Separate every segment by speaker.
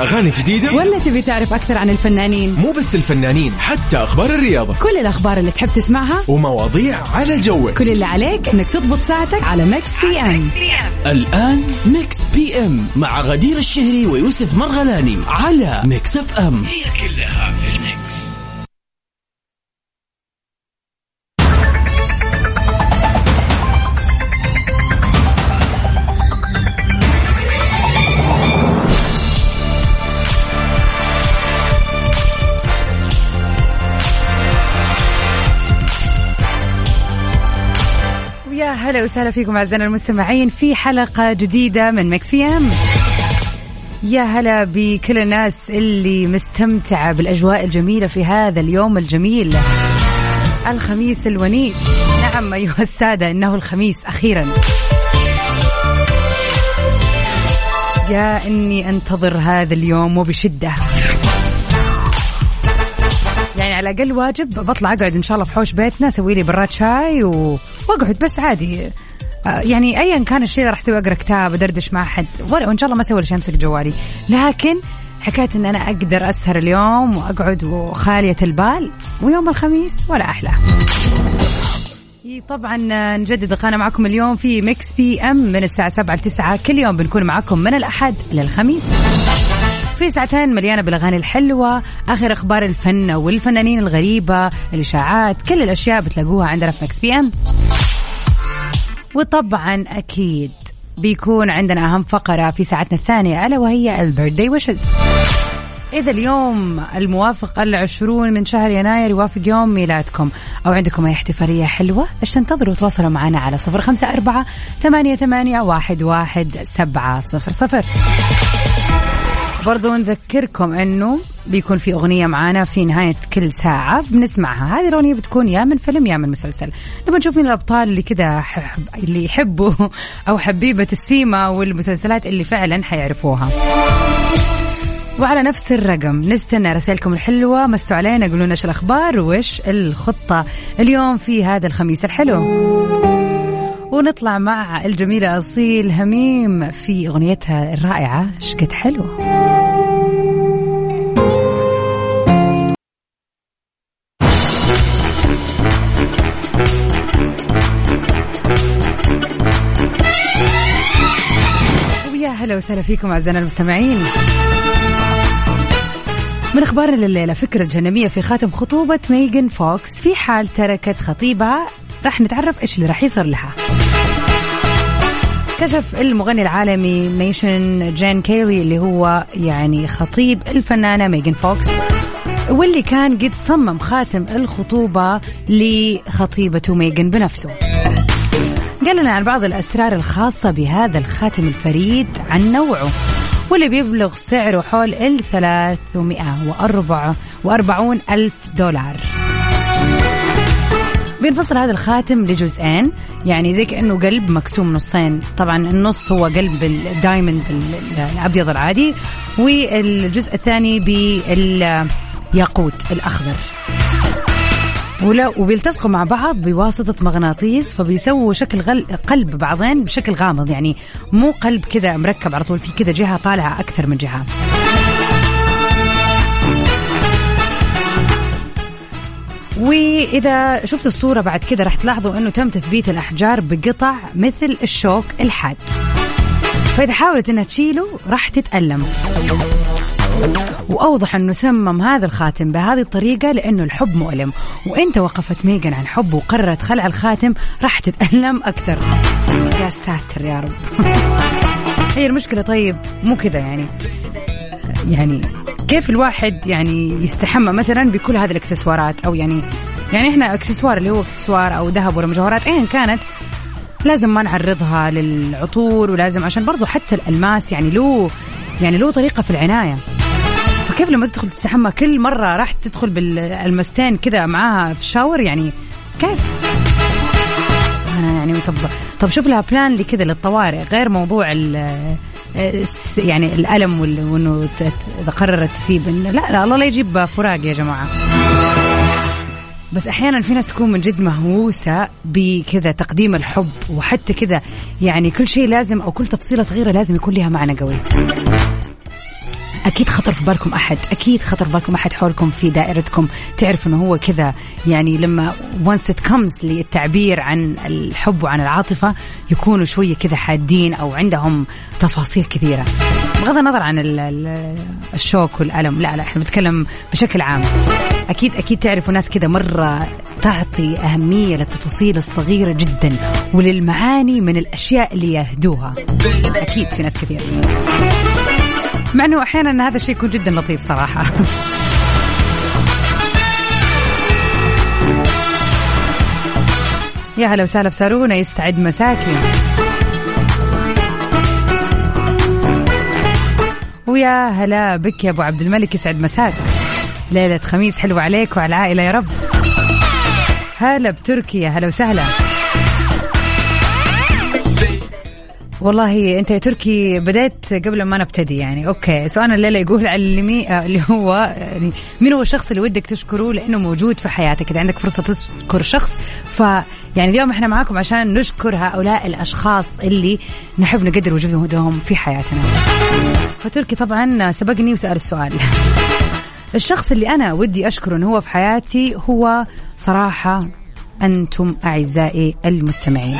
Speaker 1: أغاني جديدة
Speaker 2: ولا تبي تعرف أكثر عن الفنانين؟
Speaker 1: مو بس الفنانين، حتى أخبار الرياضة،
Speaker 2: كل الأخبار اللي تحب تسمعها
Speaker 1: ومواضيع على جوك.
Speaker 2: كل اللي عليك إنك تضبط ساعتك على ميكس بي ام.
Speaker 3: الآن ميكس بي ام مع غدير الشهري ويوسف مرغلاني على ميكس اف ام.
Speaker 4: هي كلها في الميكس.
Speaker 2: يا هلا وسهلا فيكم أعزائنا المستمعين في حلقة جديدة من ميكس بي ام. يا هلا بكل الناس اللي مستمتعة بالأجواء الجميلة في هذا اليوم الجميل، الخميس الونيس. نعم أيها السادة، إنه الخميس أخيرا. يا إني أنتظر هذا اليوم وبشدة، يعني على الأقل واجب بطلع أقعد إن شاء الله في حوش بيتنا، أسوي لي براد شاي وأقعد بس عادي. يعني أيا كان الشيء راح أسوي، أقرأ كتاب، أدردش مع أحد، وإن شاء الله ما أسوي شيء، أمسك جوالي. لكن حكاية إن أنا أقدر أسهر اليوم وأقعد وخالية البال ويوم الخميس ولا أحلى. طبعا نجدد القناة معكم اليوم في ميكس بي أم من الساعة 7 ل9، كل يوم بنكون معكم من الأحد للخميس في ساعتين مليانة بالأغاني الحلوة، آخر أخبار الفن والفنانين الغريبة، الإشاعات، كل الأشياء بتلاقوها عندنا في ميكس بي أم. وطبعا أكيد بيكون عندنا أهم فقرة في ساعتنا الثانية، ألا وهي البيرثدي ويشز. إذا اليوم الموافق 20 من شهر يناير يوافق يوم ميلادكم أو عندكم أي احتفالية حلوة، إيش تنتظروا؟ تواصلوا معنا على 0548811700. برضو نذكركم أنه بيكون في أغنية معانا في نهاية كل ساعة بنسمعها. هذه الأغنية بتكون يا من فيلم يا من مسلسل. نبغى نشوف مين الأبطال اللي كده اللي يحبوا أو حبيبة السيما والمسلسلات اللي فعلا حيعرفوها. وعلى نفس الرقم نستنى رسائلكم الحلوة، مسوا علينا، قولوا لنا ايش الأخبار وإيش الخطة اليوم في هذا الخميس الحلو. ونطلع مع الجميلة أصيل هميم في أغنيتها الرائعة شقد حلو. ويا هلا وسهلا فيكم أعزائنا المستمعين. من أخبارنا الليلة، فكرة جهنمية في خاتم خطوبة ميغان فوكس في حال تركت خطيبها. راح نتعرف إيش اللي راح يصير لها. كشف المغني العالمي ميشن جان كيلي اللي هو يعني خطيب الفنانة ميغان فوكس، واللي كان قد صمم خاتم الخطوبة لخطيبته ميغان بنفسه. قال لنا عن بعض الأسرار الخاصة بهذا الخاتم الفريد عن نوعه، واللي بيبلغ سعره حول 344,000 دولار. بينفصل هذا الخاتم لجزئين، يعني زي كأنه قلب مقسوم نصين. طبعا النص هو قلب الدايموند الأبيض العادي، والجزء الثاني بالياقوت الأخضر، وبيلتصقوا مع بعض بواسطة مغناطيس، فبيسووا شكل قلب بعضين بشكل غامض، يعني مو قلب كذا مركب على طول، في كذا جهة طالعة أكثر من جهة. وإذا شفت الصورة بعد كده راح تلاحظوا أنه تم تثبيت الأحجار بقطع مثل الشوك الحاد، فإذا حاولت أنها تشيله راح تتألم. وأوضح أنه سمم هذا الخاتم بهذه الطريقة لأنه الحب مؤلم، وإن توقفت ميغان عن حبه وقررت خلع الخاتم راح تتألم أكثر. يا ساتر يا رب. هي المشكلة طيب مو كذا، يعني كيف الواحد يعني يستحمى مثلا بكل هذه الاكسسوارات، أو يعني إحنا اكسسوار اللي هو اكسسوار أو ذهب ولا مجوهرات أيا كانت لازم ما نعرضها للعطور، ولازم عشان برضو حتى الألماس يعني له طريقة في العناية. فكيف لما تدخل تستحمى كل مرة راح تدخل بالمستين كذا معاها في الشاور، يعني كيف؟ يعني طب شوف لها بلان لكذا للطوارئ، غير موضوع يعني الألم وإنه إذا قررت تسيب، لا الله لا يجيب فراق يا جماعة. بس أحيانا في ناس تكون من جد مهووسة بكذا تقديم الحب، وحتى كذا يعني كل شيء لازم أو كل تفصيلة صغيرة لازم يكون لها معنى قوي. أكيد خطر في بالكم أحد، أكيد خطر في بالكم أحد حولكم في دائرتكم تعرف أنه هو كذا، يعني لما once it comes للتعبير عن الحب وعن العاطفة يكونوا شوية كذا حادين أو عندهم تفاصيل كثيرة، بغض النظر عن الشوك والألم. لا احنا بنتكلم بشكل عام. أكيد تعرفوا ناس كذا مرة تعطي أهمية للتفاصيل الصغيرة جدا وللمعاني من الأشياء اللي يهدوها. أكيد في ناس كثير، مع أنه أحيانا هذا الشيء يكون جدا لطيف صراحة. يا هلا وسهلا بسارونا، يستعد مساكي. ويا هلا بك يا أبو عبد الملك، يسعد مساك، ليلة خميس حلوة عليك وعلى العائلة يا رب. هلا بتركيا، هلا وسهلا. والله أنت يا تركي بدأت قبل ما نبتدي يعني. أوكي، سؤالنا الليلة يقول على اللي هو يعني مين هو الشخص اللي ودك تشكره لأنه موجود في حياتك؟ إذا عندك فرصة تشكر شخص، يعني اليوم إحنا معاكم عشان نشكر هؤلاء الأشخاص اللي نحب نقدر وجودهم في حياتنا. فتركي طبعا سبقني وسأل السؤال. الشخص اللي أنا ودي أشكره إنه هو في حياتي هو صراحة أنتم أعزائي المستمعين.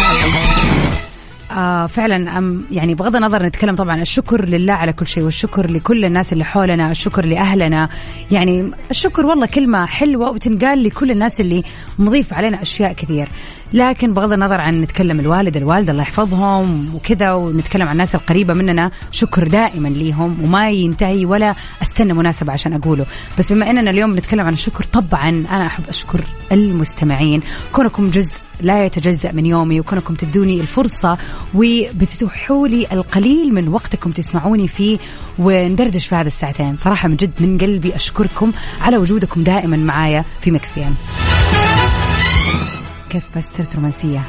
Speaker 2: فعلا يعني بغض النظر نتكلم طبعا الشكر لله على كل شيء، والشكر لكل الناس اللي حولنا، الشكر لأهلنا، يعني الشكر والله كلمة حلوة وتنقال لكل الناس اللي مضيف علينا أشياء كثير. لكن بغض النظر عن نتكلم الوالدة الله يحفظهم وكذا، ونتكلم عن الناس القريبة مننا، شكر دائما ليهم وما ينتهي ولا استنى مناسبة عشان أقوله. بس بما أننا اليوم نتكلم عن الشكر، طبعا أنا أحب أشكر المستمعين، كونكم جزء لا يتجزأ من يومي، وكونكم تدوني الفرصة وبتتوحوا لي القليل من وقتكم تسمعوني فيه وندردش في هذا الساعتين. صراحة من جد من قلبي أشكركم على وجودكم دائما معايا في ميكس بي ام. كيف بس صرت رومانسية.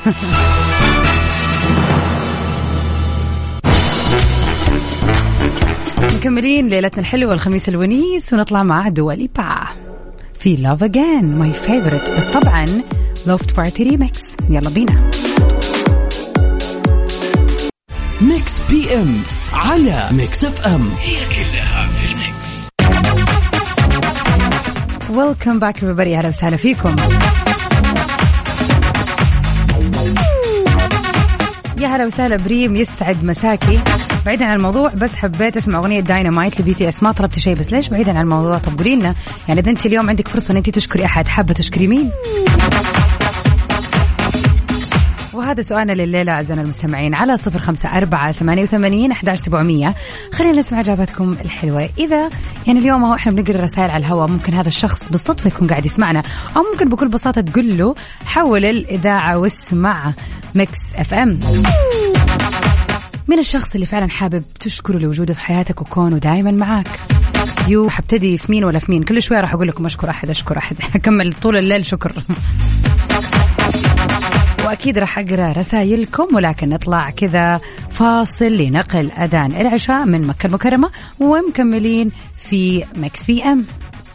Speaker 2: مكملين ليلتنا الحلوة الخميس الونيس، ونطلع مع دوا ليبا في Love Again My Favorite، بس طبعا Loft Party Remix. يلا بينا.
Speaker 3: ميكس بي ام على ميكس اف ام، هي كلها في الميكس.
Speaker 2: Welcome back everybody، أهلا وسهلا فيكم. يا هلا وسهلا بريم، يسعد مساكي. بعيدا عن الموضوع، بس حبيت اسمع اغنيه داينامايت لبي تي اس. ما طلبت شيء، بس ليش بعيدا عن الموضوع؟ طب قولي لنا يعني اذا انت اليوم عندك فرصه ان انت تشكري احد، حابه تشكري مين؟ وهذا سؤالنا لليلة أعزائنا المستمعين على 0548811700. خلينا نسمع إجاباتكم الحلوة. إذا يعني اليوم هو إحنا بنقرأ رسائل على الهواء، ممكن هذا الشخص بالصدفة يكون قاعد يسمعنا، أو ممكن بكل بساطة تقول له حول الإذاعة واسمع ميكس اف ام. من الشخص اللي فعلا حابب تشكره لوجوده في حياتك وكونه دائما معاك؟ حبتدي في مين ولا في مين؟ كل شوية راح أقول لكم أشكر أحد أشكر أحد، أكمل طول الليل شكر. وأكيد راح أقرأ رسائلكم، ولكن نطلع كذا فاصل لنقل أذان العشاء من مكة المكرمة، ومكملين في ميكس بي ام.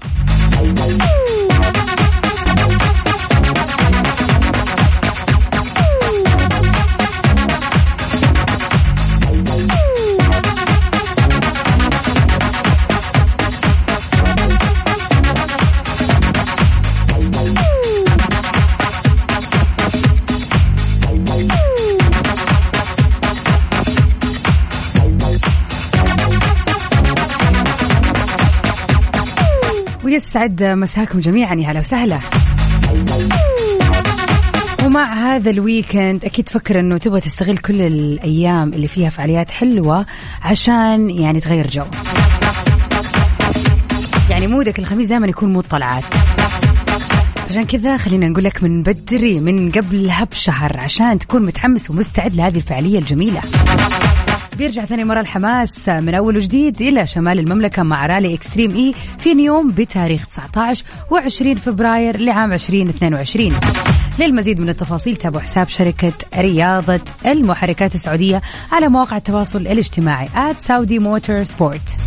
Speaker 2: ويسعد مساكم جميعا، يا هلا وسهلا. ومع هذا الويكند أكيد تفكر أنه تبغى تستغل كل الأيام اللي فيها فعاليات حلوة عشان يعني تغير جو. يعني مودك الخميس دائما يكون مود طلعات، عشان كذا خلينا نقول لك من بدري من قبلها بشهر عشان تكون متحمس ومستعد لهذه الفعالية الجميلة. بيرجع ثاني مرة الحماس من أول وجديد إلى شمال المملكة مع رالي إكستريم إي في نيوم بتاريخ 19 و20 فبراير لعام 2022. للمزيد من التفاصيل تابعوا حساب شركة رياضة المحركات السعودية على مواقع التواصل الاجتماعي @SaudiMotorsport.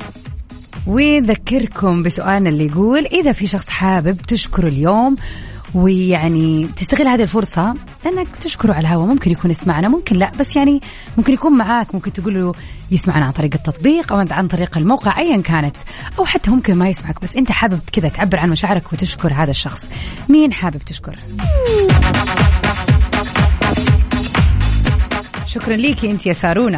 Speaker 2: وذكركم بسؤالنا اللي يقول إذا في شخص حابب تشكره اليوم ويعني تستغل هذه الفرصة أنك تشكره على الهواء. ممكن يكون يسمعنا، ممكن لا، بس يعني ممكن يكون معاك، ممكن تقول له يسمعنا عن طريق التطبيق أو عن طريق الموقع أيا كانت، أو حتى ممكن ما يسمعك بس أنت حابب كذا تعبر عن مشاعرك وتشكر هذا الشخص. مين حابب تشكر؟ شكرا ليكي أنت يا سارونا.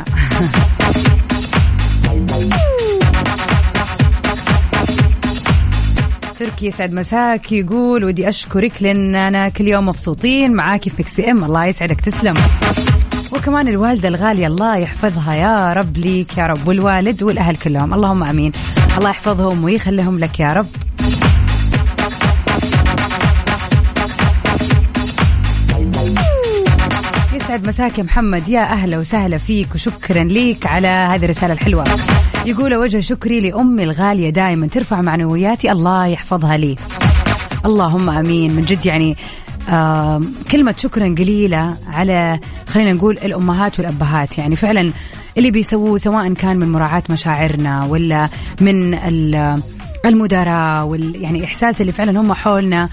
Speaker 2: تركي يسعد مساك، يقول ودي أشكرك لأننا كل يوم مبسوطين معاكي في ميكس بي ام. الله يسعدك، تسلم. وكمان الوالدة الغالية الله يحفظها يا رب ليك يا رب، والوالد والأهل كلهم اللهم أمين، الله يحفظهم ويخليهم لك يا رب. يسعد مساك يا محمد، يا أهلا وسهلا فيك وشكرا ليك على هذه الرسالة الحلوة. يقول وجه شكري لأمي الغالية دائما ترفع معنوياتي، الله يحفظها لي. اللهم أمين. من جد يعني كلمة شكرا قليلة على خلينا نقول الأمهات والأبهات، يعني فعلا اللي بيسووه سواء كان من مراعاة مشاعرنا ولا من المداراة يعني إحساس اللي فعلا هم حولنا.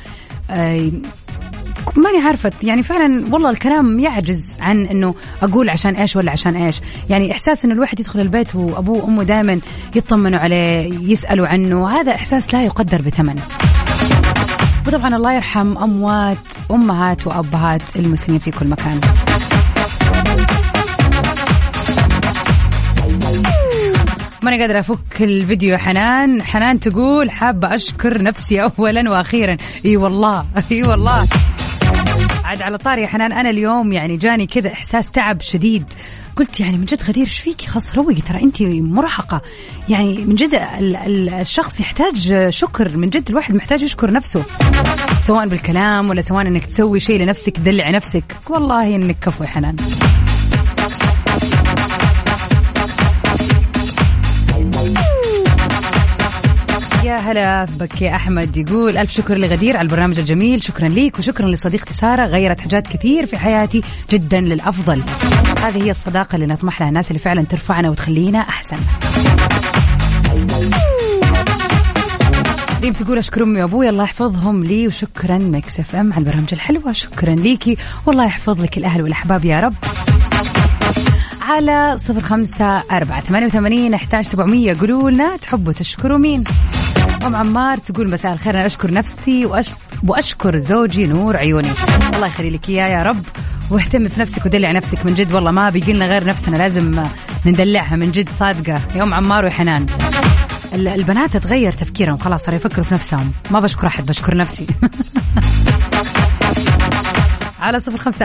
Speaker 2: ماني عارفة يعني فعلا والله الكلام يعجز عن انه اقول عشان ايش ولا عشان ايش. يعني احساس انه الواحد يدخل البيت وابوه وامه دائما يطمنوا عليه يسألوا عنه، هذا احساس لا يقدر بثمن. وطبعا الله يرحم اموات امهات وابهات المسلمين في كل مكان. ماني قادرة أفك الفيديو. حنان تقول حابة أشكر نفسي أولا وأخيرا. إي والله إي والله. عاد على طاري يا حنان، أنا اليوم يعني جاني كذا إحساس تعب شديد، قلت يعني من جد غدير إيش فيكي؟ خلاص روقي، ترى أنت مرهقة. يعني من جد الشخص يحتاج شكر، من جد الواحد محتاج يشكر نفسه، سواء بالكلام ولا سواء إنك تسوي شيء لنفسك تدلع نفسك. والله إنك كفو يا حنان. يا هلا بك يا أحمد، يقول ألف شكر لغدير على البرنامج الجميل، شكرا ليك وشكرا لصديقتي سارة، غيرت حاجات كثير في حياتي جدا للأفضل. هذه هي الصداقة اللي نطمح لها، الناس اللي فعلا ترفعنا وتخلينا أحسن. ريم تقول أشكر أمي وأبوي الله يحفظهم لي وشكرا ميكس اف ام على البرامج الحلوة. شكرا ليكي والله يحفظ لك الأهل والأحباب يا رب. على 0548811700 قولوا لنا تحبوا تشكروا مين. أم عمار تقول مساء الخير، أنا أشكر نفسي وأشكر زوجي نور عيوني. الله يخلي لك إياه يا رب، واهتم في نفسك ودلع نفسك. من جد والله ما بيجيلنا غير نفسنا، لازم ندلعها من جد صادقة يا أم عمار وحنان. البنات تغير تفكيرهم خلاص، صار يفكروا في نفسهم، ما بشكر أحد بشكر نفسي. على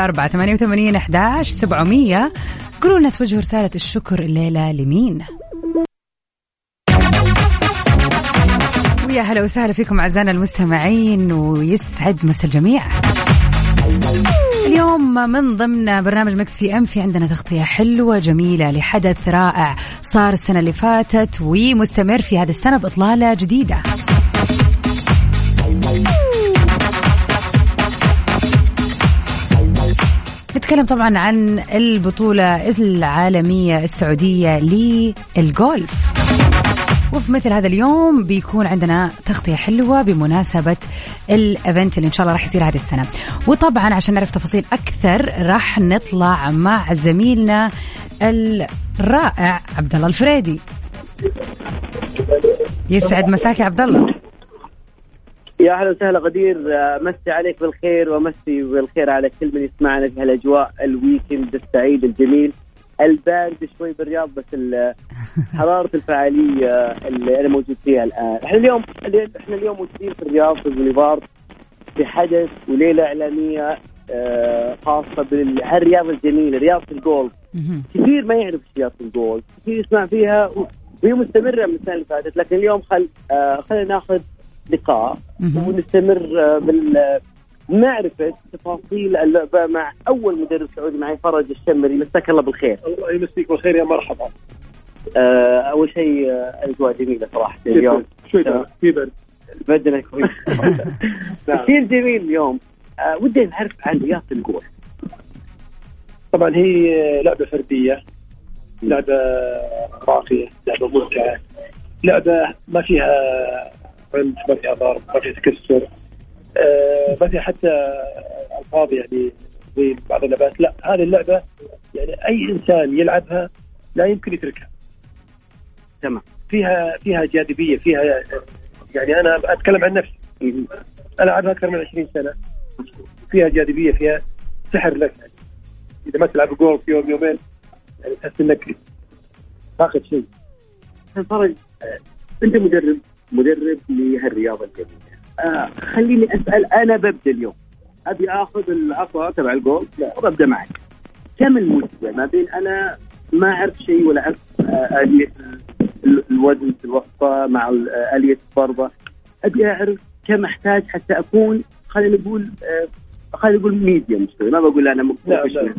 Speaker 2: 0548811700 قولوا لنا توجهوا رسالة الشكر الليلة لمين. ويا هلا وسهلا فيكم أعزائنا المستمعين، ويسعد مسا الجميع. اليوم من ضمن برنامج مكس في ام في عندنا تغطية حلوة جميلة لحدث رائع صار السنة اللي فاتت ومستمر في هذا السنة بإطلالة جديدة. نتكلم طبعا عن البطولة العالمية السعودية للجولف، وفي مثل هذا اليوم بيكون عندنا تغطية حلوة بمناسبة الإيفنت اللي إن شاء الله راح يصير هذه السنة. وطبعا عشان نعرف تفاصيل أكثر راح نطلع مع زميلنا الرائع عبد الله الفريدي. يسعد مساك يا عبد الله.
Speaker 4: يا أهلا وسهلا غدير، مسي عليك بالخير ومسي بالخير على كل من يسمعنا في هالأجواء الويكند السعيد الجميل. البارد شوي بالرياض بس حرارة الفعالية اللي أنا موجود فيها الآن. إحنا اليوم موجودين في الرياض في البوليفارد في حدث وليلة إعلامية خاصة بالرياضة الجميلة، رياضة الجولف. كثير ما يعرف رياضة الجولف، كثير يسمع فيها وهي مستمرة من السنة اللي فاتت، لكن اليوم خلينا ناخذ لقاء ونستمر معرفة تفاصيل اللعبة مع أول مدرب سعودي معي فرج الشمري. مساك الله بالخير.
Speaker 5: الله يمسيك بالخير يا مرحبا.
Speaker 4: أول شيء الأجواء جميلة صراحة اليوم،
Speaker 5: شوي في برد
Speaker 4: بدنا كويس كثير جميل اليوم. ودي نعرف عن رياضة الجولف.
Speaker 5: طبعا هي لعبة فردية، لعبة راقية، لعبة ممتعة، لعبة ما فيها عنف، ما فيها ضرب، ما فيها تكسر، ما في حتى الفاظ يعني زي بعض اللعبات. لا، هذه اللعبة يعني أي إنسان يلعبها لا يمكن يتركها.
Speaker 4: تمام.
Speaker 5: فيها جاذبية، فيها يعني أنا أتكلم عن نفسي، أنا ألعبها أكثر من 20 سنة. فيها جاذبية، فيها سحر لك يعني. إذا ما تلعب جولف يوم يومين يعني تحس إنك فاقد شيء.
Speaker 4: فرج، أنت مدرب لهالرياضة الجميلة. خليني أسأل، أنا ببدأ اليوم أبي أخذ العصا تبع الجولف وأبدأ معك. كم المدة ما بين أنا ما أعرف شيء ولا أعرف آلية الوزن في الوسطى مع آلية الضربة، أبي أعرف كم أحتاج حتى أكون خلينا نقول ميديم شوي، ما بقول أنا
Speaker 5: نعم.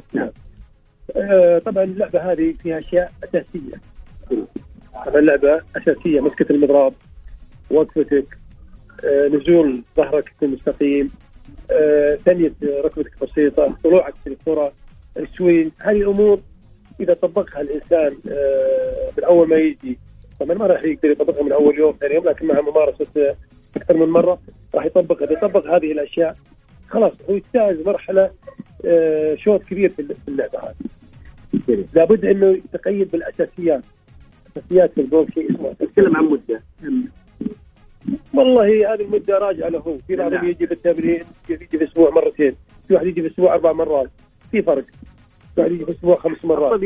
Speaker 5: طبعا اللعبة هذه فيها أشياء أساسية. طبعا اللعبة أساسية، مسكة المضرب، وقفتك، نزول ظهرك يكون مستقيم، ثانية ركبتك بسيطة، طلوعك في الكرة، السوين. هذه أمور إذا طبقها الإنسان من أول ما يجي، طبعا ما راح يقدر يطبقها من أول يوم ثاني يوم، لكن مع ممارسة أكثر من مرة راح يطبقها. إذا طبق هذه الأشياء خلاص هو يجتاز مرحلة شوط كبير في اللعبة هذه. لابد إنه يتقيد بالأساسيات. أساسيات في الجولف شيء اسمه.
Speaker 4: نتكلم عن مدة.
Speaker 5: والله هذه المدة راجعة له. في بعضهم يجي بالتمرين يجي في أسبوع مرتين، في واحد يجي في أسبوع 4 مرات، في فرق. في واحد يجي في أسبوع 5 مرات.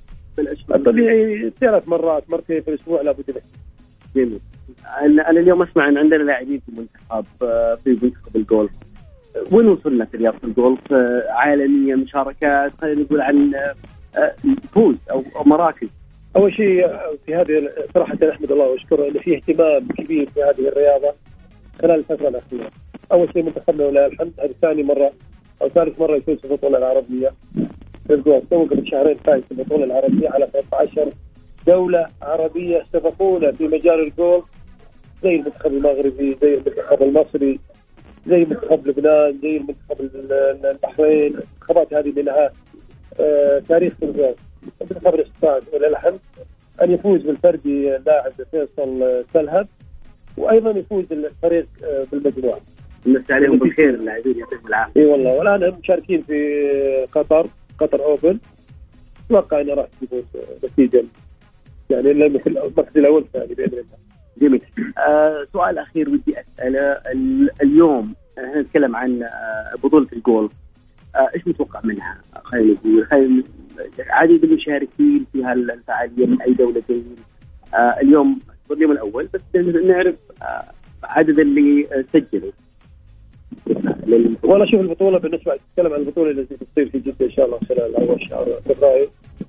Speaker 5: الطبيعي 3 مرات، مرتين في الأسبوع لابد منه.
Speaker 4: جميل. أنا اليوم أسمع أن عندنا لاعبين في منتخب الجولف. وين وصلنا في رياضة الجولف عالمية؟ مشاركات، خلينا نقول عن فوز أو مراكز.
Speaker 5: أول شيء في هذه صراحة نحمد الله وأشكره إن فيه اهتمام كبير في هذه الرياضة خلال الفترة الأخيرة. أول شيء منتخبنا ولله الحمد هذه ثاني مرة أو ثالث مرة يفوز في البطولة العربية في الجولف. تو قبل شهرين فاز في البطولة العربية على 13 دولة عربية سبقونا في مجال الجولف، زي المنتخب المغربي، زي المنتخب المصري، زي منتخب لبنان، زي المنتخب البحرين. الانتخابات هذه لها تاريخ في الجولف. منتخب الاستاد ولله الحمد أن يفوز بالفردي اللاعب فيصل سلهب، وأيضا يفوز الفريق بالمجموعة.
Speaker 4: نمسي عليهم بالخير اللاعبين، يعطيهم العافية.
Speaker 5: اي والله. والآن هم مشاركين في قطر أوبن. أتوقع أنه راح تكون نتيجة يعني المركز الأول يعني بإذن الله.
Speaker 4: جميل. سؤال أخير ودي أسأله. اليوم نتكلم عن بطولة الجولف، إيش متوقع منها؟ خلينا نقول عدد المشاركين في هالفعالية من أي دولة جايين اليوم اليوم الأول، بس نعرف عدد اللي سجلوا.
Speaker 5: والله شوف البطولة بالنسبة نتكلم عن البطولة اللي تصير في جدة إن شاء الله خلال أول شهر فبراير.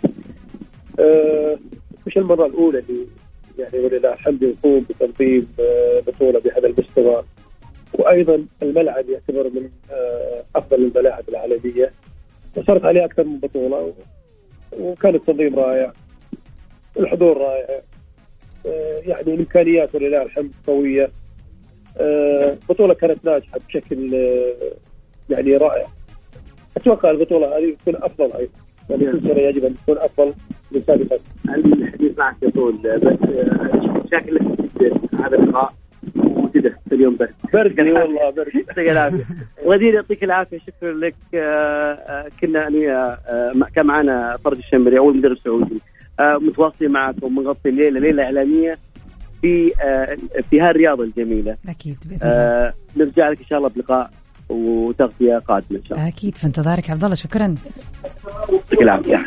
Speaker 5: مش المرة الأولى اللي يعني ولله الحمد يقوم بتنظيم بطولة بهذا المستوى، وأيضا الملعب يعتبر من أفضل الملاعب العالمية، وصارت عليه أكثر من بطولة، وكان التنظيم رائع، الحضور رائع، يعني الإمكانيات ولله الحمد قوية. بطولة كانت ناجحة بشكل يعني رائع. أتوقع البطولة هذه تكون أفضل أيضا، يعني كل سنة يجب أن تكون أفضل من سابقا.
Speaker 4: الحديث معك يطول، بس شكلك هذا اللقاء وجده اليوم
Speaker 5: برد والله برد.
Speaker 4: يعطيك العافية غدير، يعطيك العافية. شكرا لك. كنا كان معنا فرج الشمري أول مدرب سعودي متواصل معك ومغطي ليلة إعلامية في هالرياضة الجميلة.
Speaker 2: أكيد بإذن الله.
Speaker 4: نرجع لك إن شاء الله بلقاء وتغطية قادمة إن شاء الله.
Speaker 2: أكيد في انتظارك عبد الله. شكرا.
Speaker 4: يعطيك العافية.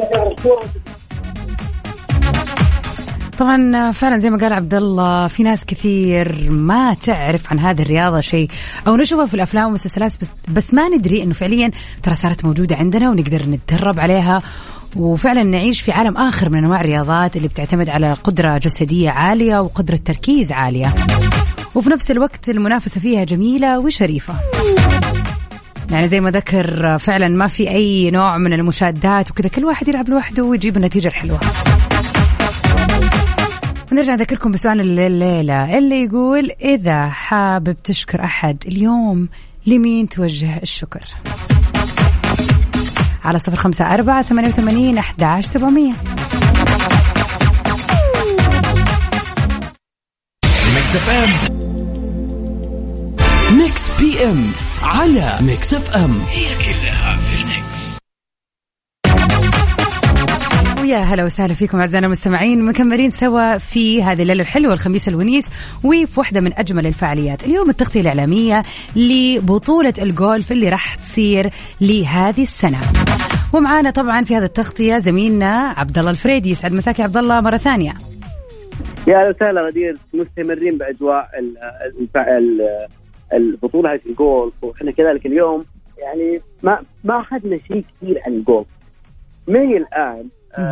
Speaker 2: طبعا فعلا زي ما قال عبد الله، في ناس كثير ما تعرف عن هذه الرياضة شيء، أو نشوفها في الأفلام والمسلسلات بس ما ندري إنه فعليا ترى صارت موجودة عندنا ونقدر نتدرب عليها، وفعلا نعيش في عالم آخر من أنواع الرياضات اللي بتعتمد على قدرة جسدية عالية وقدرة تركيز عالية، وفي نفس الوقت المنافسة فيها جميلة وشريفة. يعني زي ما ذكر فعلا ما في أي نوع من المشادات وكذا، كل واحد يلعب لوحده ويجيب النتيجة الحلوة. ونرجع نذكركم بسؤال الليلة اللي يقول: إذا حابب تشكر أحد اليوم لمين توجه الشكر؟ على 0548811700.
Speaker 3: ميكس بي بي ام على ميكس اف ام. هي كلها في الميكس.
Speaker 2: ويا هلا وسهلا فيكم أعزائنا المستمعين، مكملين سوا في هذه الليلة الحلوة الخميس الونيس وفي واحدة من أجمل الفعاليات. اليوم التغطية الإعلامية لبطولة الجولف اللي راح تصير لهذه السنة، ومعانا طبعا في هذا التغطية زميلنا عبد الله الفريدي. يسعد مساك يا عبد الله مرة ثانية.
Speaker 4: يا هلا وسهلا غدير، مستمرين بأجواء البطولة هذه الجولف، وإحنا كذلك اليوم يعني ما أخذنا شيء كثير عن الجولف. مي الآن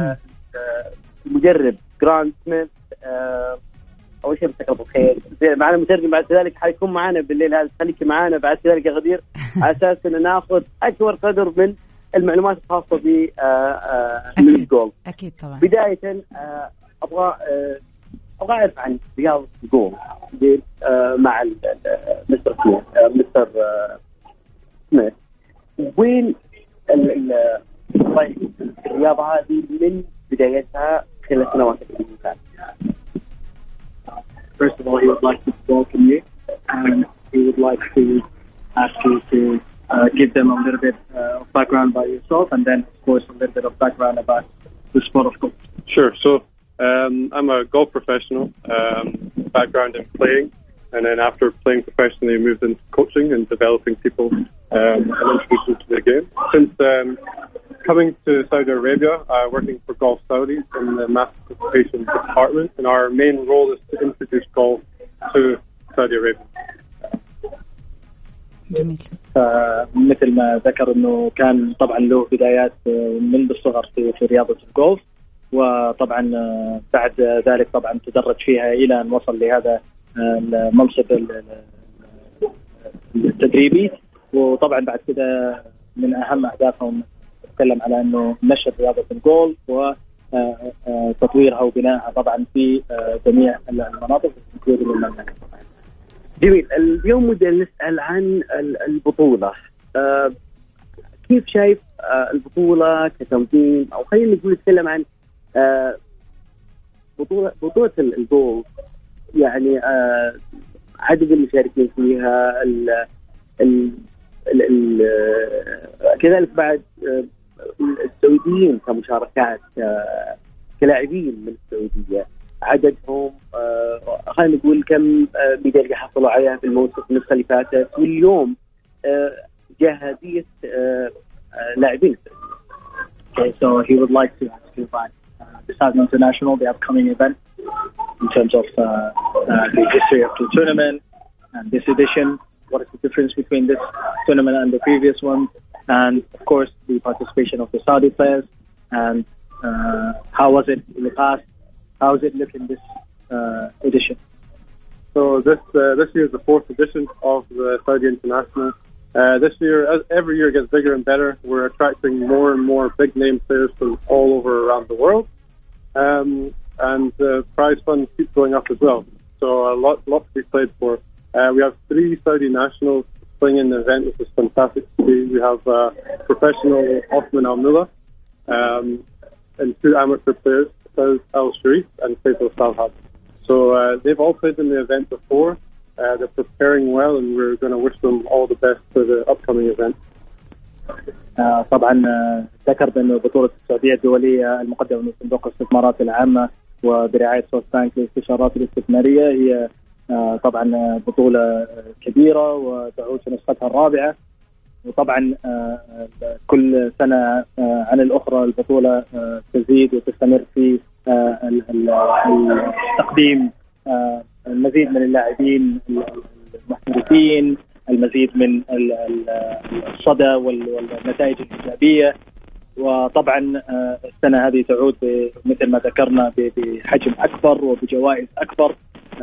Speaker 4: مدرب جراند سميث، أول شيء مساك الله بالخير. معنا مترجم بعد ذلك حيكون معنا بالليل هذا، خليك معنا بعد ذلك يا غدير على أساس أن نأخذ أكبر قدر من المعلومات الخاصة بالجولف.
Speaker 2: أكيد طبعا.
Speaker 4: بداية أبغى أعرف عن رياضة الجولف مع مستر سميث. وين الرياضة هذه من بدايتها خلال سنوات الإنسان؟
Speaker 6: First of all, he would like to welcome you, and he would like to ask you to give them a little bit of background about yourself, and then, of course, a little bit of background about the sport of golf.
Speaker 5: Sure. So I'm a golf professional, background in playing, and then after playing professionally, I moved into coaching and developing people and introducing to the game. Since coming to Saudi Arabia, working for Golf Saudi in the mass participation department, and our main role is to introduce golf to Saudi Arabia.
Speaker 2: جميل.
Speaker 6: مثل ما ذكر انه كان طبعا له بدايات منذ الصغر في رياضة الجولف، وطبعا بعد ذلك طبعا تدرج فيها الى ان وصل لهذا المنصب التدريبي. وطبعا بعد كده من اهم اهدافهم نتكلم على انه نشر رياضة الجولف وتطويرها وبنائها طبعا في جميع المناطق including المملكة.
Speaker 4: جميل. اليوم ودنا نسأل عن البطولة. كيف شايف البطولة كتنظيم، أو خلينا نقول نتكلم عن بطولة الجولف، يعني عدد المشاركين فيها، كذلك بعد السعوديين كمشاركات كلاعبين من السعودية عددهم، خلينا نقول كم ميدالية حصلوا عليها في الموسم النسخة اللي فاتت، واليوم جاهزية لاعبين.
Speaker 6: Okay, so he would like to ask you about the Southern International, the upcoming event, in terms of the history of the tournament and this edition. What is the difference between this tournament and the previous one? And of course, the participation of the Saudi players, and how was it in the past? How is it looking this edition?
Speaker 5: So this year is the 4th edition of the Saudi International. This year, as every year gets bigger and better. We're attracting more and more big name players from all over around the world, and the prize fund keeps going up as well. So a lot to be played for. We have 3 Saudi nationals playing in the event, which is fantastic to see. We have professional Osman Al-Mullah and 2 amateur players, Faz Al-Sharif and Faisal Salhab. So they've all played in the event before. They're preparing well, and we're going to wish them all the best for the upcoming event.
Speaker 6: طبعا ذكر بأن بطولة السعودية الدولية المقدمة من صندوق الاستثمارات العامة وبرعاية سوس بانك للاستشارات الاستثمارية هي طبعا بطولة كبيرة وتعود في نسختها الرابعة. وطبعا كل سنة عن الأخرى البطولة تزيد وتستمر في تقديم المزيد من اللاعبين المحترفين، المزيد من الصدى والنتائج الإيجابية. وطبعا السنة هذه تعود مثل ما ذكرنا بحجم أكبر وبجوائز أكبر.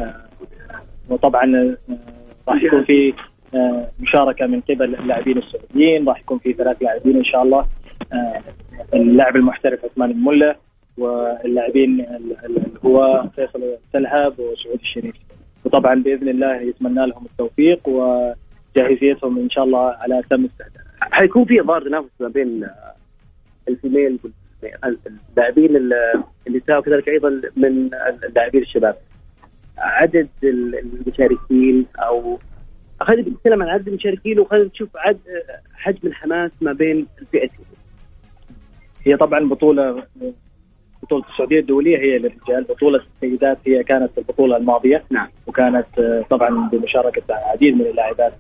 Speaker 6: وطبعا راح يكون في مشاركة من قبل اللاعبين السعوديين، راح يكون في 3 لاعبين إن شاء الله، اللاعب المحترف عثمان الملا، واللاعبين هو فيصل سلهاب وسعود الشريف. وطبعا بإذن الله يتمنى لهم التوفيق وجاهزيتهم إن شاء الله على أتم استعداد.
Speaker 4: حيكون في إظهار تنافس ما بين الفيميل اللاعبين النساء وكذلك أيضا من اللاعبين الشباب. عدد المشاركين أو خلينا نتكلم عن عدد المشاركين وخلينا نشوف حجم الحماس ما بين الفئتين.
Speaker 6: هي طبعا بطولة السعودية الدولية هي للرجال، بطولة السيدات هي كانت البطولة الماضية.
Speaker 4: نعم.
Speaker 6: وكانت طبعا بمشاركة العديد من اللاعبات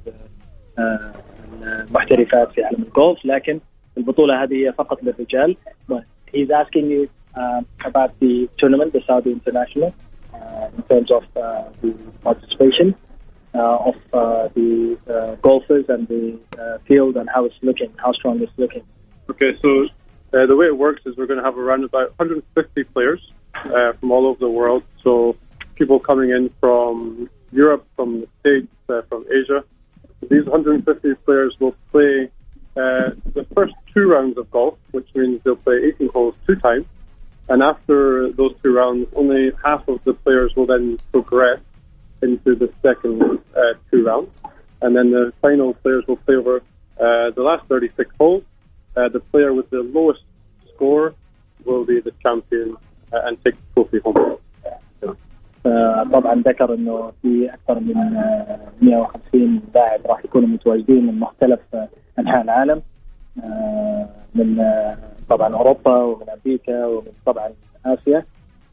Speaker 6: المحترفات في عالم الجولف، لكن البطولة هذه هي فقط للرجال. He's asking you about the tournament, the Saudi International, in terms of the participation of the golfers and the field and how it's looking, how strong it's looking.
Speaker 7: Okay, so the way it works is we're going to have around about 150 players from all over the world. So people coming in from Europe, from the States, from Asia. These 150 players will play the first 2 rounds of golf, which means they'll play 18 holes 2 times. And after those 2 rounds, only half of the players will then progress into the second 2 rounds. And then the final players will play over the last 36 holes. The player with the lowest score will be the champion and take the trophy home.
Speaker 6: طبعا ذكر انه في اكثر من 150 لاعب راح يكونوا متواجدين من مختلف انحاء العالم، من طبعا اوروبا ومن امريكا ومن طبعا اسيا.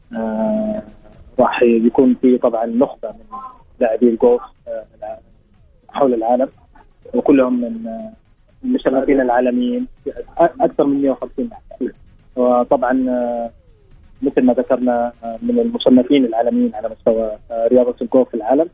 Speaker 6: راح يكون في طبعا نخبه من لاعبي الجولف حول العالم، وكلهم من المشاركين العالميين، اكثر من 150 لاعب. وطبعا مثل ما ذكرنا من المصنفين العالميين على مستوى رياضة الجولف في العالم.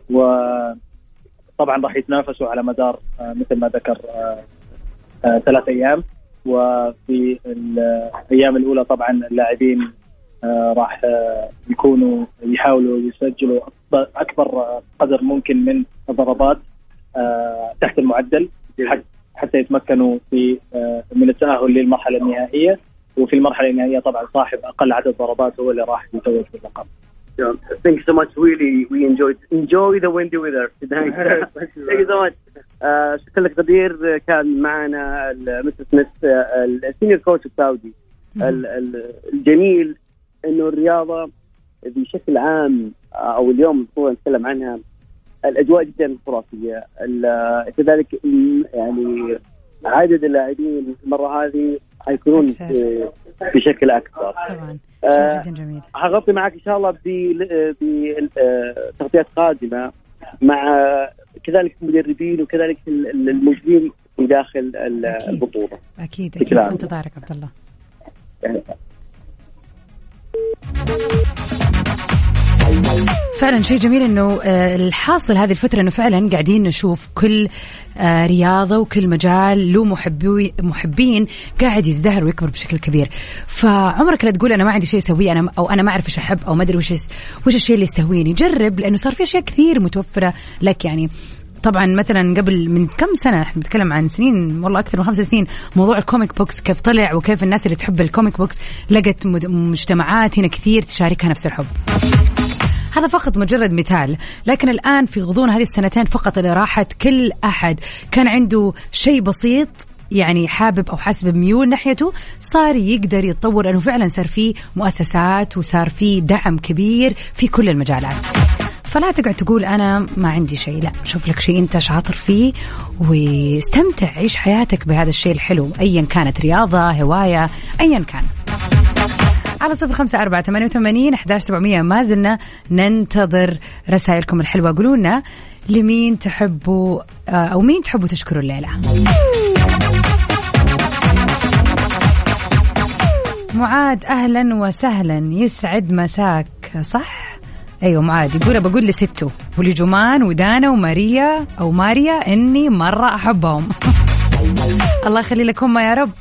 Speaker 6: وطبعا راح يتنافسوا على مدار مثل ما ذكر 3 أيام. وفي الأيام الأولى طبعا اللاعبين راح يكونوا يحاولوا يسجلوا أكبر قدر ممكن من الضربات تحت المعدل حتى يتمكنوا من التأهل للمرحلة النهائية. وفي المرحلة النهائية طبعا صاحب أقل عدد ضربات هو اللي راح يتوج باللقب.
Speaker 4: Thank you so much. Really, we enjoy the windy weather today. Thank you so much. شكرا لك غدير. كان معنا مستر سميث السينيور كوتش السعودي. الجميل إنه الرياضة بشكل عام أو اليوم طبعا نتكلم عنها، الأجواء جدا خرافية. كذلك يعني عدد اللاعبين المرة هذه حيكونون بشكل أكثر.
Speaker 2: طبعا شيء جدا جميل.
Speaker 4: هغطي معك إن شاء الله بتغطيات قادمة مع كذلك مدربين وكذلك الموجودين في داخل البطولة.
Speaker 2: أكيد في انتظارك عبد الله. فعلا شيء جميل انه الحاصل هذه الفترة انه فعلا قاعدين نشوف كل رياضة وكل مجال له محبين قاعد يزدهر ويكبر بشكل كبير. فعمرك لا تقول انا ما عندي شيء اسويه او انا ما اعرف ايش احب او ما ادري وش الشيء اللي يستهويني. جرب، لانه صار في اشياء كثير متوفرة لك. يعني طبعا مثلا قبل من كم سنة، احنا بنتكلم عن سنين والله أكثر من 5 سنين، موضوع الكوميك بوكس كيف طلع وكيف الناس اللي تحب الكوميك بوكس لقت مجتمعات هنا كثير تشاركها نفس الحب. هذا فقط مجرد مثال. لكن الآن في غضون هذه السنتين فقط اللي راحت، كل أحد كان عنده شيء بسيط يعني حابب أو حاسب بميول ناحيته صار يقدر يتطور، لأنه فعلا صار فيه مؤسسات وصار فيه دعم كبير في كل المجالات. فلا تقعد تقول أنا ما عندي شيء، لا، شوف لك شيء أنت شاطر فيه واستمتع، عيش حياتك بهذا الشيء الحلو أيا كانت رياضة، هواية، أيا كان. على 0548811700 ما زلنا ننتظر رسائلكم الحلوة. قولونا لمين تحبوا أو مين تحبوا تشكروا الليلة. معاد أهلا وسهلا، يسعد مساك. صح؟ أيوة معاد يقول بقول لستو ولجمان ودانا وماريا أو ماريا إني مرة أحبهم. الله يخلي لكم يا رب.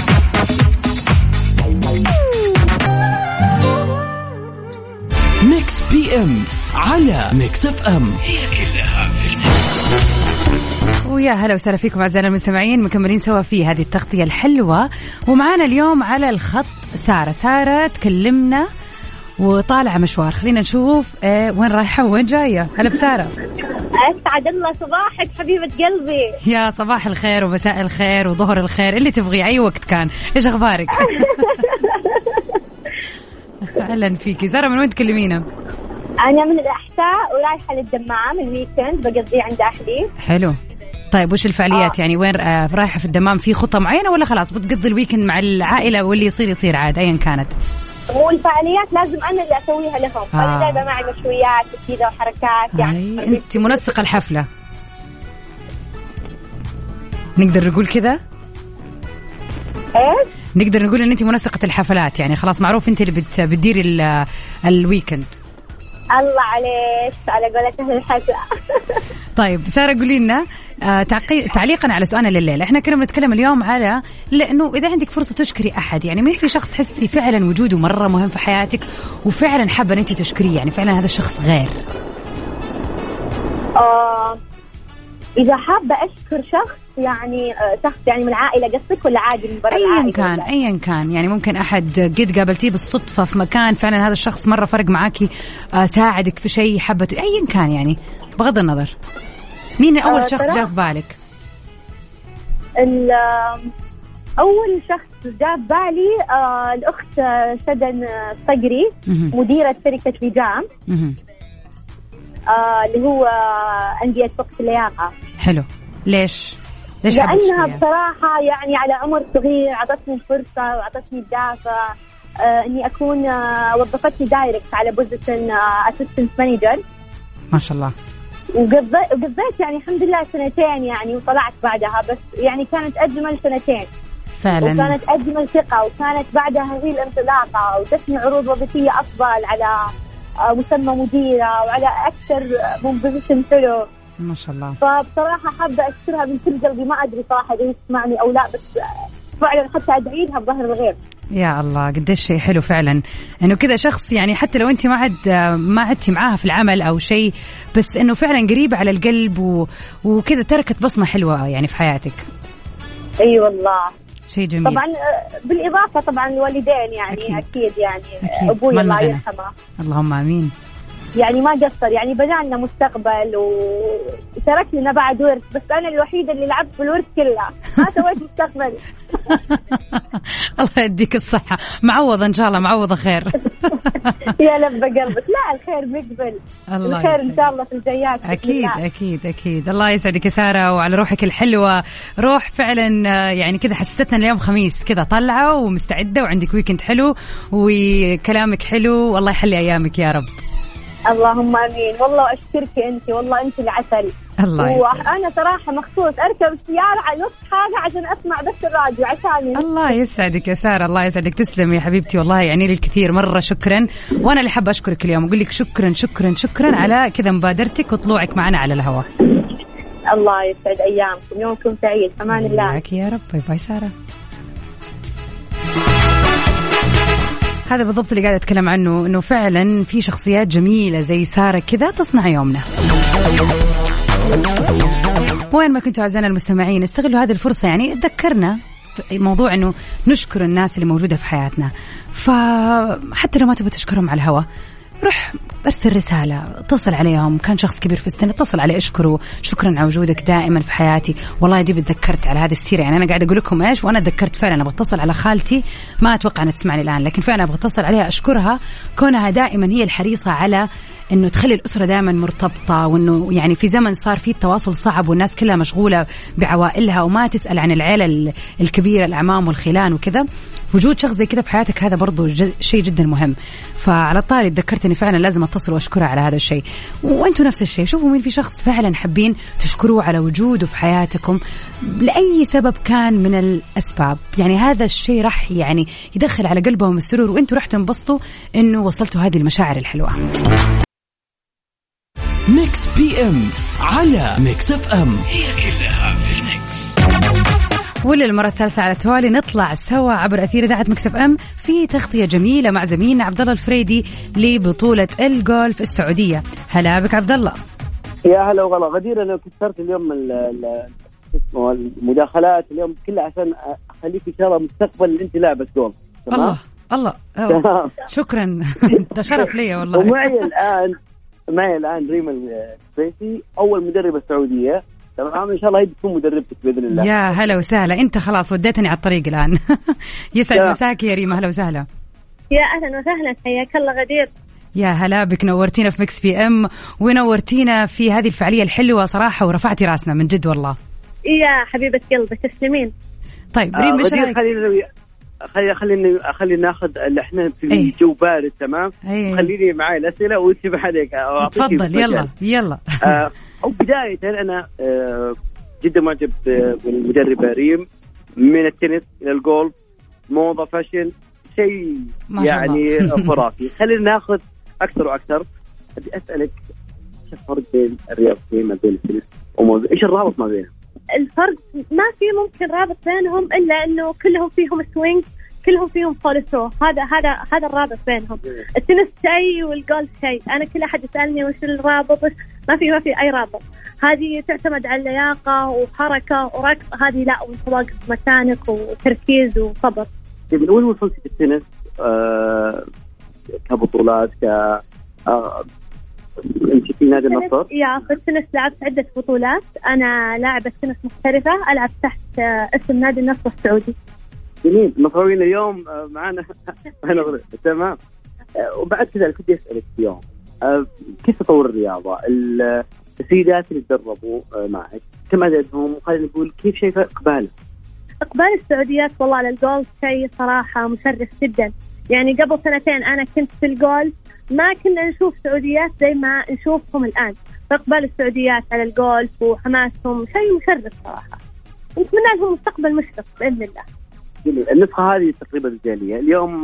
Speaker 3: ميكس بي ام على ميكس اف ام، هي كلها في الميكس.
Speaker 2: ويا هلا وسهلا فيكم أعزائنا المستمعين، مكملين سوا في هذه التغطية الحلوة. ومعانا اليوم على الخط سارة تكلمنا وطالعة مشوار. خلينا نشوف وين رايحة وين جاية. هلا بسارة.
Speaker 8: أسعد الله صباحك حبيبة قلبي.
Speaker 2: يا صباح الخير ومساء الخير وظهر الخير اللي تبغي أي وقت كان. إيش أخبارك؟ أهلا فيكي سارة. من وين تكلمينا؟
Speaker 8: أنا من الأحساء ورايحة للدمام الويكند بقضي عند أهلي.
Speaker 2: حلو. طيب وش الفعاليات يعني وين رايحة في الدمام؟ في خطة معينة ولا خلاص بتقضي الويكند مع العائلة واللي يصير عاد أيا كانت؟
Speaker 8: والفعاليات لازم أنا اللي أسويها لهم. أنا جايبة معي مشويات وكذا وحركات يعني.
Speaker 2: أنت منسقة الحفلة نقدر نقول كذا؟
Speaker 8: إيش؟
Speaker 2: نقدر نقول ان انت منسقة الحفلات يعني خلاص معروف انت اللي بتديري الويكند.
Speaker 8: الله عليك على قولة أهل الحفلة.
Speaker 2: طيب سارة قولي لنا تعليقا على سؤالنا لليلة. احنا كنا بنتكلم اليوم على لانه اذا عندك فرصة تشكري احد يعني مين في شخص تحسي فعلا وجوده مرة مهم في حياتك وفعلا حابة ان انت تشكريه يعني فعلا هذا الشخص غير.
Speaker 8: إذا حابة أشكر شخص يعني شخص يعني من العائلة قصدك ولا عادي من برا العائلة؟
Speaker 2: أيا كان يعني ممكن أحد قد قابلتيه بالصدفة في مكان فعلا هذا الشخص مرة فرق معاكي ساعدك في شيء حبته أيا كان يعني بغض النظر. مين أول شخص جاء في بالك؟
Speaker 8: أول شخص جاء في بالي الأخت شدن صقري مديرة شركة لجام اللي هو أندية فقط اللياقة.
Speaker 2: حلو. ليش
Speaker 8: لأنها بصراحة يعني على عمر صغير عطتني فرصة وعطتني الدافع إني أكون وظفتني دايركت على بوزيشن أسيستنت مانجر
Speaker 2: ما شاء الله.
Speaker 8: وقضيت يعني الحمد لله سنتين يعني وطلعت بعدها بس يعني كانت أجمل سنتين
Speaker 2: فعلا
Speaker 8: وكانت أجمل ثقة وكانت بعدها هي الانطلاقة وجتني عروض وظيفية أفضل على مسمى مديرة وعلى أكثر من بوزيشن حلو
Speaker 2: ما شاء الله.
Speaker 8: فبصراحة حابة أشكرها من كل قلبي. ما أدري صراحة إذا يسمعني أو لا بس فعلا حتى أدعي لها بظهر الغيب.
Speaker 2: يا الله قديش شيء حلو فعلا إنه كذا شخص يعني حتى لو أنت ما عدتي معاها في العمل أو شيء بس إنه فعلا قريبة على القلب وكذا تركت بصمة حلوة يعني في حياتك.
Speaker 8: أي والله
Speaker 2: شيء جميل.
Speaker 8: طبعا بالإضافة طبعا الوالدين يعني أكيد يعني أبوي الله يرحمه.
Speaker 2: اللهم آمين.
Speaker 8: يعني ما قصر يعني بنى لنا مستقبل وترك لنا بعد ورث بس أنا الوحيدة اللي لعبت في الورث كلها ما سويت مستقبل.
Speaker 2: الله يديك الصحة. معوضة إن شاء الله معوضة خير.
Speaker 8: يا لب قلبك. لا الخير مقبل. الخير إن شاء الله في الجايات.
Speaker 2: أكيد الله يسعدك يا سارة وعلى روحك الحلوة. روح فعلا يعني كذا حسستنا اليوم خميس كذا طلعة ومستعدة وعندك ويكند حلو وكلامك حلو والله يحلي أيامك يا رب.
Speaker 8: اللهم امين. والله اشكرك انت والله انت العسل. وانا صراحه مخصوص اركب السياره على نص حاجه عشان اسمع بس الراديو عشاني.
Speaker 2: الله يسعدك يا ساره. الله يسعدك. تسلمي يا حبيبتي والله يعني لي الكثير مره شكرا. وانا اللي حابه اشكرك اليوم اقول لك شكرا على كذا مبادرتك وطلوعك معنا على الهواء.
Speaker 8: الله يسعد ايامكم. يومكم سعيد. امان الله
Speaker 2: معك يا رب. باي باي ساره. هذا بالضبط اللي قاعدة أتكلم عنه إنه فعلا في شخصيات جميلة زي سارة كذا تصنع يومنا. وين ما كنتوا أعزائنا المستمعين استغلوا هذه الفرصة يعني تذكرنا موضوع إنه نشكر الناس اللي موجودة في حياتنا. فحتى لو ما تبغى تشكرهم على الهواء روح ارسل رسالة اتصل عليهم. كان شخص كبير في السن اتصل عليه اشكره شكرا على وجودك دائما في حياتي. والله دي بتذكرت على هذه السيرة يعني أنا قاعدة أقول لكم إيش وأنا تذكرت فعلا أنا بتصل على خالتي ما أتوقع أنها تسمعني الآن لكن فعلا بتصل عليها أشكرها كونها دائما هي الحريصة على إنه تخلي الأسرة دائما مرتبطة وإنه يعني في زمن صار فيه التواصل صعب والناس كلها مشغولة بعوائلها وما تسأل عن العيلة الكبيرة الأعمام والخلان وكذا. وجود شخص زي كذا في حياتك هذا برضو شيء جدا مهم. فعلى طاري تذكرت اني فعلا لازم اتصل واشكرها على هذا الشيء. وانتم نفس الشيء شوفوا مين في شخص فعلا حابين تشكروه على وجوده في حياتكم لاي سبب كان من الاسباب. يعني هذا الشيء راح يعني يدخل على قلبهم السرور وانتم راح تنبسطوا انه وصلتوا هذه المشاعر الحلوه.
Speaker 3: ميكس بي ام على ميكس اف ام هي كلها في الميكس.
Speaker 2: وللمرة الثالثة على التوالي نطلع سوا عبر أثير إذاعة ميكس اف ام في تغطية جميلة مع زميلنا عبد الله الفريدي لبطولة الجولف السعودية. هلا بك عبد الله.
Speaker 4: يا هلا وغلا غدير. أنا كسرت اليوم المداخلات اليوم كلها عشان أخليك إن شاء الله مستقبل أنت لاعبة جولف.
Speaker 2: الله شكرا. ده شرف لي والله.
Speaker 4: معي الآن ريما السبيسي أول مدربة سعودية. تمام إن شاء الله هي بتكون مدربتك بإذن الله.
Speaker 2: يا هلا وسهلا. أنت خلاص وديتني على الطريق الآن. يسعد مساك يا ريما. هلا وسهلا.
Speaker 8: يا أهلا وسهلا. حياك الله غدير.
Speaker 2: يا هلا بك، نورتينا في مكس بي ام ونورتينا في هذه الفعالية الحلوة صراحة، ورفعتي راسنا من جد والله.
Speaker 8: يا حبيبة قلبي تسلمين.
Speaker 2: طيب ريم مش
Speaker 4: خلينا ناخذ اللي احنا في جو بارد تمام. خليني معي الأسئلة وانتبه عليك.
Speaker 2: تفضل يلا.
Speaker 4: أو بداية أنا جدا معجب بالمدربة ريم، من التنس إلى الجولف، موضة، فاشن، شيء يعني خرافي. خلينا ناخذ أكثر وأكثر. أبي أسألك إيش الفرق بين الرياضتين ما بين التنس وموضة؟ إيش الرابط ما بينهم؟
Speaker 8: الفرق ما في ممكن رابط بينهم إلا إنه كلهم فيهم سوينج، كلهم فيهم فولو. هذا الرابط بينهم. التنس شيء والجولف شيء. أنا كل أحد يسألني وش الرابط، ما في أي رابط. هذه تعتمد على اللياقة وحركة وركض، هذه لا، وانت واقف مكانك وتركيز وصبر.
Speaker 4: من وين وصلتي في التنس كبطولات انت في نادي النصر؟
Speaker 8: في التنس لعبت عدة بطولات. أنا لاعبة تنس محترفة، ألعب تحت اسم نادي النصر السعودي.
Speaker 4: جميل. النصراويين اليوم معنا. تمام. وبعد كذا كنت أسألك اليوم كيف تطور الرياضة؟ السيدات اللي تدربوا معك كم عددهم؟ وخلينا نقول كيف شايفة إقبال
Speaker 8: السعوديات والله على الجولف شيء صراحة مشرف جدا. يعني قبل 2 سنين أنا كنت في الجولف ما كنا نشوف سعوديات زي ما نشوفهم الآن. فإقبال السعوديات على الجولف وحماسهم شيء مشرف صراحة. نتمنى لهم مستقبل مشرف بإذن الله.
Speaker 4: النسخة هذه تقريبا الجالية اليوم،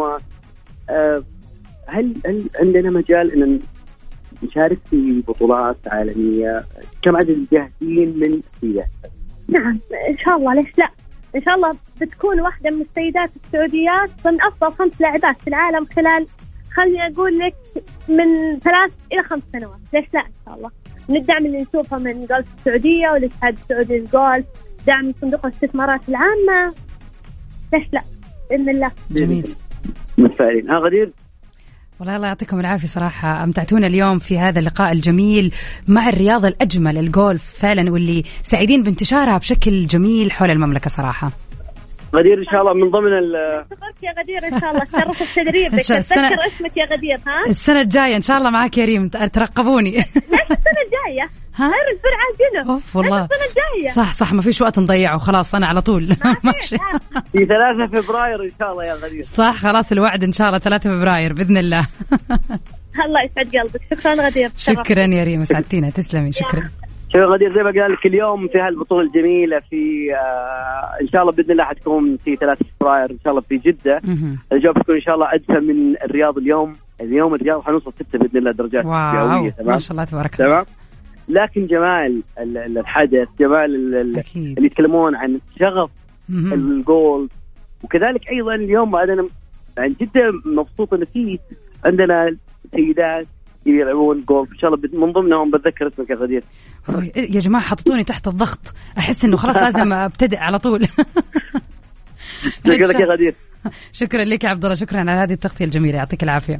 Speaker 4: هل عندنا مجال أن نشارك في بطولات عالمية؟ كم عدد الجاهزين من السيدات؟
Speaker 8: نعم إن شاء الله، ليش لا؟ إن شاء الله بتكون واحدة من السيدات السعوديات ضمن أفضل 5 لاعبات في العالم خلال، خلني أقول لك، من 3 إلى 5 سنوات. ليش لا؟ إن شاء الله من الدعم اللي نشوفه من جولف السعودية والاتحاد السعودي للجولف، دعم صندوق الاستثمارات العامة، ليش لا؟ بإذن الله.
Speaker 2: جميل.
Speaker 4: متفائلين. غدير
Speaker 2: والله الله يعطيكم العافية صراحة، أمتعتونا اليوم في هذا اللقاء الجميل مع الرياضة الأجمل الجولف فعلا، واللي سعيدين بانتشارها بشكل جميل حول المملكة صراحة.
Speaker 4: غدير إن شاء الله من ضمن
Speaker 8: يا غدير إن شاء الله تشرف بتدريبك. أتذكر اسمك يا غدير.
Speaker 2: السنة الجاية إن شاء الله معك يا ريم، ترقبوني.
Speaker 8: ليش السنة الجاية؟ غير السرعة جنة.
Speaker 2: والله
Speaker 8: السنة الجاية.
Speaker 2: صح ما فيش وقت نضيعه، خلاص أنا على طول ماشي.
Speaker 4: في 3 فبراير إن شاء الله يا غدير.
Speaker 2: صح خلاص الوعد إن شاء الله 3 فبراير بإذن الله.
Speaker 8: الله يسعد قلبك. شكرا غدير.
Speaker 2: شكرا يا ريم، سعدتينا. تسلمي. شكرا.
Speaker 4: شكرا غدير. زي ما قال لك اليوم في هالبطولة الجميلة في إن شاء الله بإذن الله حتكون في 3 فبراير إن شاء الله في جدة. الجو بتكون إن شاء الله أدفى من الرياض. اليوم الرياض حنوصل 6 بإذن الله درجات مئوية. تمام
Speaker 2: ما شاء الله تبارك الله.
Speaker 4: تمام. لكن جمال الحدث، جمال اللي يتكلمون عن شغف الجول، وكذلك أيضا اليوم أنا يعني جدا مبسوط إن في عندنا سيدات يلعبون جولف إن شاء الله. من ضمنهم بتذكر اسمك يا غدير.
Speaker 2: يا جماعة حطوني تحت الضغط، أحس إنه خلاص لازم أبتدئ على طول.
Speaker 4: شكرا لك يا غدير.
Speaker 2: شكرا لك يا عبد الله، شكرا على هذه التغطية الجميلة، يعطيك العافية.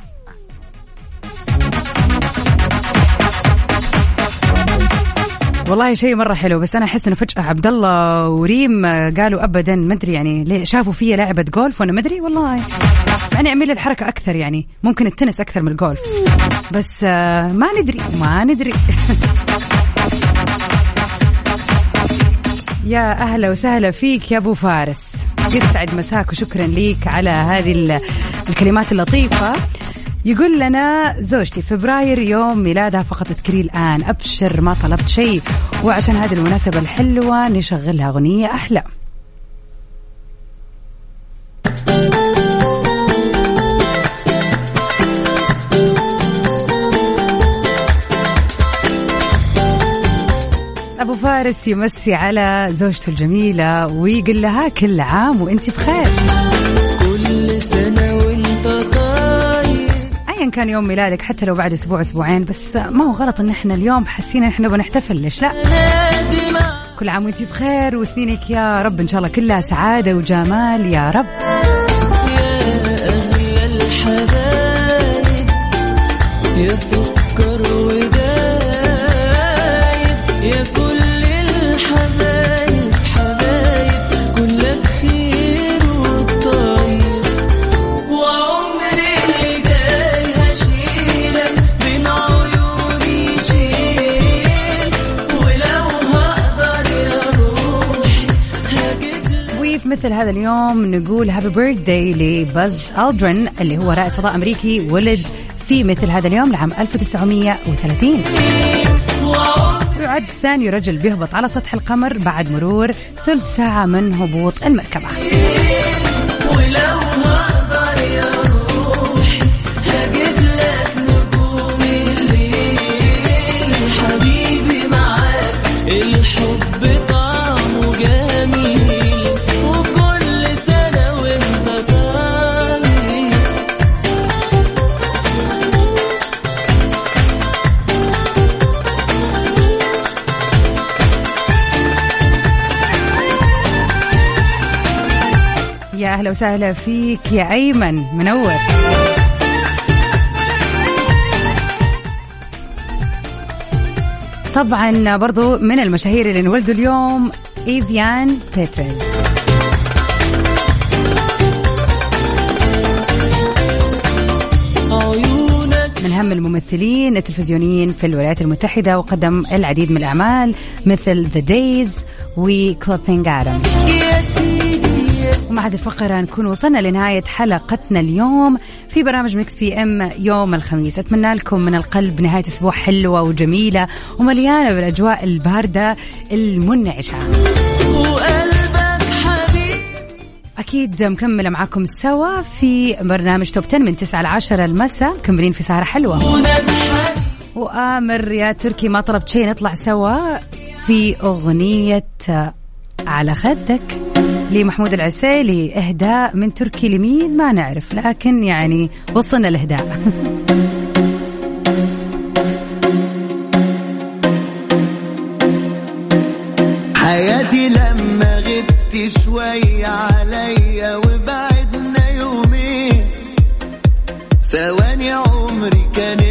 Speaker 2: والله شيء مرة حلو، بس أنا أحس إنه فجأة عبد الله وريم قالوا أبدا ما أدري يعني ليه شافوا فيا لاعبة جولف وأنا ما أدري والله، يعني أميل للحركة أكثر، يعني ممكن التنس أكثر من الجولف، بس ما ندري. يا أهلا وسهلا فيك يا أبو فارس، يسعد مساك وشكرا ليك على هذه الكلمات اللطيفة. يقول لنا زوجتي فبراير يوم ميلادها فقط اذكري الآن، أبشر ما طلبت شيء، وعشان هذه المناسبة الحلوة نشغلها أغنية أحلى. أبو فارس يمسي على زوجته الجميلة ويقول لها كل عام وانت بخير،
Speaker 9: كل سنة وانت طيب.
Speaker 2: أيا كان يوم ميلادك حتى لو بعد أسبوع أسبوعين، بس ما هو غلط إن إحنا اليوم حسينا إحنا بنحتفل، ليش لا؟ كل عام وانت بخير وسنينك يا رب إن شاء الله كلها سعادة وجمال يا رب.
Speaker 9: يا أغلى الحبايب يا سكر ودايب، يا كل الحبايب حبايب كلك خير والطيب، وعمري اللي جاي هشيل
Speaker 2: مثل هذا اليوم نقول هابي بيرثداي لباز ألدرين اللي هو رائد فضاء أمريكي ولد في مثل هذا اليوم لعام 1930. يعد ثاني رجل بيهبط على سطح القمر بعد مرور ثلث ساعة من هبوط المركبة. يا أهلا وسهلا فيك يا أيمن، منور. طبعا برضو من المشاهير اللي انولدوا اليوم إيفيان بيتريز. من أهم الممثلين التلفزيونيين في الولايات المتحدة، وقدم العديد من الأعمال مثل The Days وكلوبينج آدم. ومع هذه الفقرة نكون وصلنا لنهاية حلقتنا اليوم في برامج ميكس بي ام يوم الخميس. أتمنى لكم من القلب نهاية أسبوع حلوة وجميلة ومليانة بالأجواء الباردة المنعشة. أكيد مكملة معاكم سوا في برنامج توب 10 من 9 ل 10 المساء، مكملين في سهرة حلوة. وآمر يا تركي ما طلبت شيء، نطلع سوا في أغنية على خدك لمحمود العسيلي، إهداء من تركي لمين ما نعرف، لكن يعني وصلنا الإهداء.
Speaker 9: حياتي لما غبت شوية عليا وبعدنا يومين، ثواني عمري كان